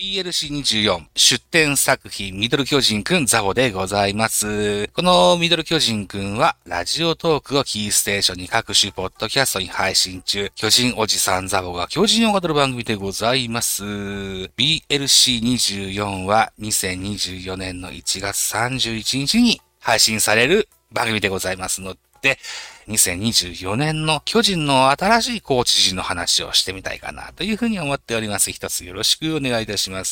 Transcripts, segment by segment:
BLC24 出展作品ミドル巨人くんザボでございます。このミドル巨人くんはラジオトークをキーステーションに各種ポッドキャストに配信中、巨人おじさんザボが巨人を語る番組でございます。BLC24 は2024年の1月31日に配信される番組でございますので、2024年の巨人の新しいコーチ陣の話をしてみたいかなというふうに思っております。一つよろしくお願いいたします。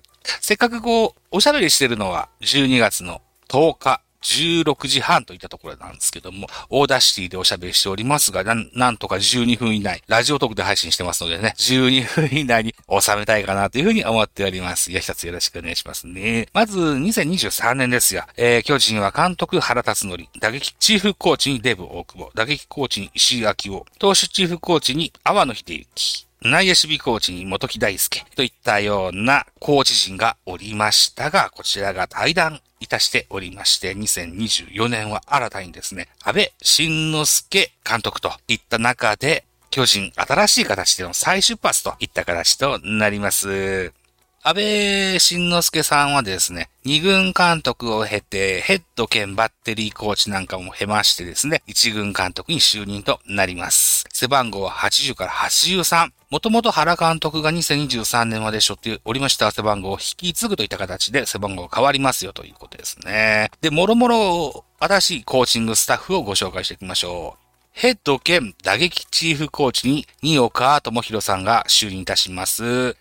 せっかくおしゃべりしてるのは12月の10日。16時半といったところなんですけども、オーダーシティでおしゃべりしておりますが、なんとか12分以内、ラジオトークで配信してますのでね、12分以内に収めたいかなというふうに思っております。一つよろしくお願いしますね。まず、2023年ですよ。巨人は監督原辰徳、打撃チーフコーチにデブ大久保、打撃コーチに石井明夫、投手チーフコーチに阿波野秀幸、内野守備コーチに本木大輔といったようなコーチ陣がおりましたが、こちらが退団いたしておりまして、2024年は新たにですね、安倍晋之助監督といった中で、巨人新しい形での再出発といった形となります。安倍晋之助さんはですね、二軍監督を経て、ヘッド兼バッテリーコーチなんかも経ましてですね、一軍監督に就任となります。背番号は80から83。もともと原監督が2023年まで背負っておりました背番号を引き継ぐといった形で背番号が変わりますよということですね。で、もろもろ新しいコーチングスタッフをご紹介していきましょう。ヘッド兼打撃チーフコーチに新岡智弘さんが就任いたします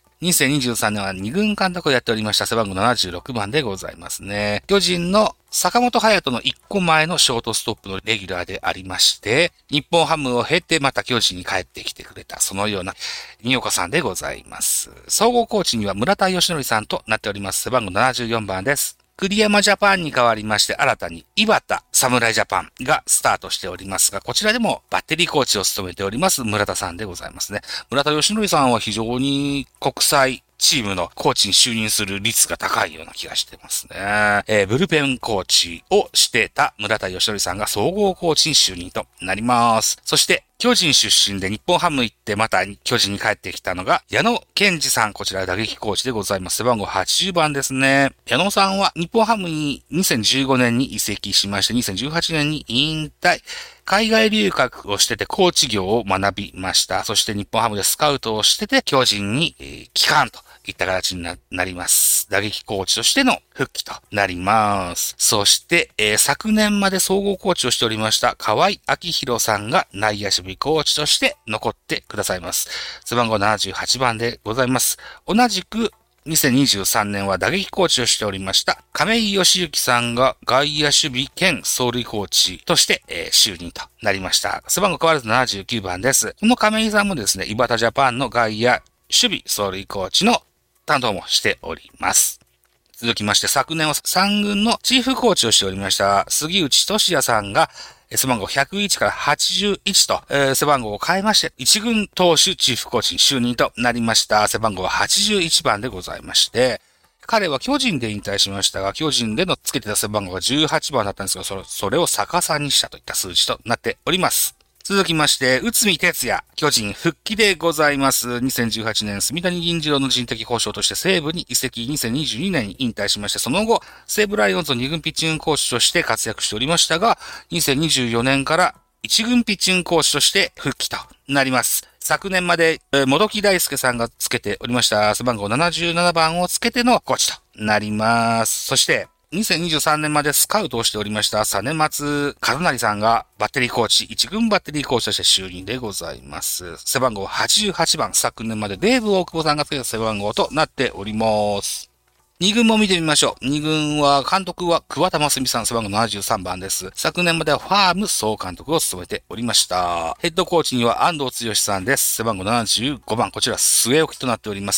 。2023年は2軍監督をやっておりました背番号76番でございますね。巨人の坂本勇人の1個前のショートストップのレギュラーでありまして、日本ハムを経てまた巨人に帰ってきてくれた、そのような新岡さんでございます。総合コーチには村田義則さんとなっております。背番号74番です。栗山ジャパンに代わりまして新たに井端侍ジャパンがスタートしておりますが、こちらでもバッテリーコーチを務めております村田さんでございますね。村田義則さんは非常に国際チームのコーチに就任する率が高いような気がしてますね。ブルペンコーチをしてた村田義則さんが総合コーチに就任となります。そして巨人出身で日本ハム行ってまた巨人に帰ってきたのが矢野健二さん。こちら打撃コーチでございます。背番号80番ですね。矢野さんは日本ハムに2015年に移籍しまして2018年に引退。海外留学をしててコーチ業を学びました。そして日本ハムでスカウトをしてて巨人に帰還といった形になります。打撃コーチとしての復帰となります。そして、昨年まで総合コーチをしておりました河合明宏さんが内野守備コーチとして残ってくださいます。背番号78番でございます。同じく2023年は打撃コーチをしておりました亀井義行さんが外野守備兼走塁コーチとして、就任となりました。背番号変わらず79番です。この亀井さんもですね、井端ジャパンの外野守備走塁コーチの担当もしております。続きまして昨年は3軍のチーフコーチをしておりました杉内俊也さんが背番号101から81と、背番号を変えまして、一軍投手チーフコーチに就任となりました。背番号は81番でございまして、彼は巨人で引退しましたが、巨人でのつけてた背番号が18番だったんですが、それを逆さにしたといった数字となっております。続きまして、内海哲也、巨人復帰でございます。2018年、住谷銀次郎の人的保障として西武に移籍、2022年に引退しまして、その後、西武ライオンズの2軍ピッチングコーチとして活躍しておりましたが、2024年から1軍ピッチングコーチとして復帰となります。昨年まで、本木大輔さんがつけておりました背番号77番をつけてのコーチとなります。そして、2023年までスカウトをしておりました実松和成さんがバッテリーコーチ、一軍バッテリーコーチとして就任でございます。背番号88番、昨年までデーブ大久保さんがつけた背番号となっております。二軍も見てみましょう。二軍は、監督は桑田真澄さん、背番号73番です。昨年まではファーム総監督を務めておりました。ヘッドコーチには安藤剛さんです。背番号75番、こちら据え置きとなっております。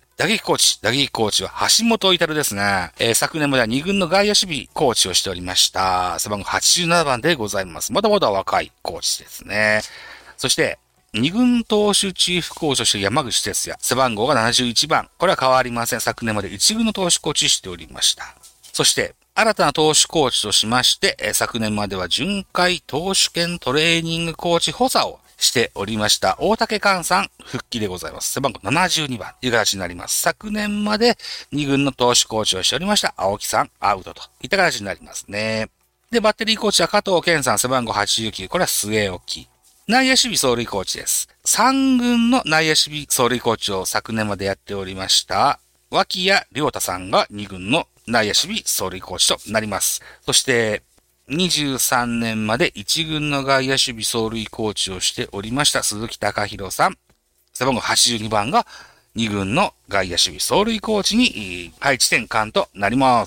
打撃コーチは橋本至ですね。昨年までは二軍の外野守備コーチをしておりました。背番号87番でございます。まだまだ若いコーチですね。そして、二軍投手チーフコーチとして山口哲也。背番号が71番。これは変わりません。昨年まで一軍の投手コーチしておりました。そして、新たな投手コーチとしまして、昨年までは巡回投手兼トレーニングコーチ補佐をしておりました。大竹寛さん、復帰でございます。背番号72番という形になります。昨年まで2軍の投手コーチをしておりました青木さん、アウトといった形になりますね。で、バッテリーコーチは加藤健さん、背番号89。これは据え置き。内野守備走塁コーチです。3軍の内野守備走塁コーチを昨年までやっておりました。脇谷亮太さんが2軍の内野守備走塁コーチとなります。そして、23年まで1軍の外野守備走塁コーチをしておりました鈴木貴弘さん。背番号82番が2軍の外野守備走塁コーチに配置転換となります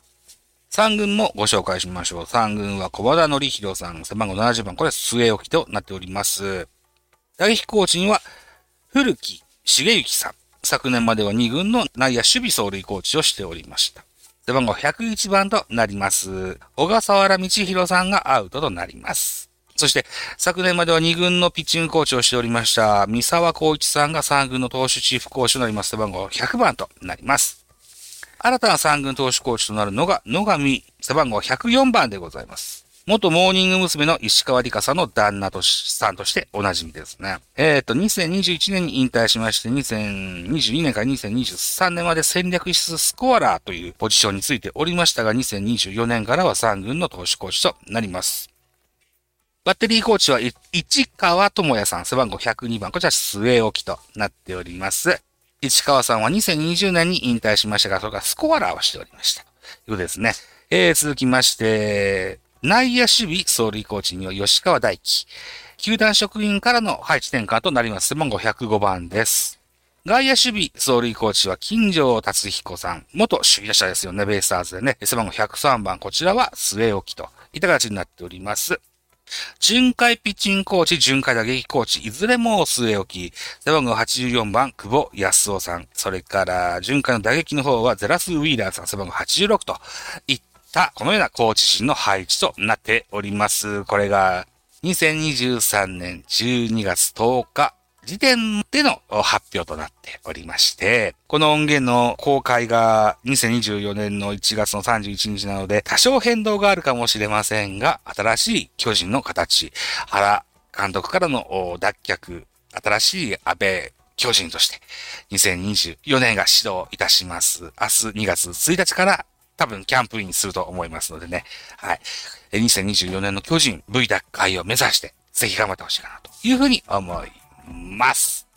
。3軍もご紹介しましょう。3軍は小和田則弘さん。背番号70番。これは据え置きとなっております。打撃コーチには古木重幸さん。昨年までは2軍の内野守備走塁コーチをしておりました。背番号101番となります。小笠原道弘さんがアウトとなります。そして、昨年までは2軍のピッチングコーチをしておりました、三沢光一さんが3軍の投手チーフコーチとなります。背番号100番となります。新たな3軍投手コーチとなるのが野上、背番号104番でございます。元モーニング娘。の石川理香さんの旦那さんとしておなじみですね。2021年に引退しまして、2022年から2023年まで戦略室スコアラーというポジションについておりましたが、2024年からは3軍の投手コーチとなります。バッテリーコーチは市川智也さん、背番号102番、こちら据え置きとなっております。市川さんは2020年に引退しましたが、それからスコアラーをしておりました。ということですね。続きまして、内野守備走塁コーチには吉川大輝。球団職員からの配置転換となります。背番号105番です。外野守備走塁コーチは金城達彦さん。元守備打者ですよね、ベイスターズでね。背番号103番。こちらは据え置きといった形になっております。巡回ピッチングコーチ、巡回打撃コーチ、いずれも据え置き。背番号84番、久保康夫さん。それから、巡回の打撃の方はゼラス・ウィーラーさん、背番号86といったこのようなコーチ陣の配置となっております。これが2023年12月10日時点での発表となっておりまして、この音源の公開が2024年の1月の31日なので多少変動があるかもしれませんが、新しい巨人の形、原監督からの脱却、新しい安倍巨人として2024年が始動いたします。明日2月1日から多分キャンプインすると思いますのでね。はい。2024年の巨人 V 奪回を目指してぜひ頑張ってほしいかなというふうに思います。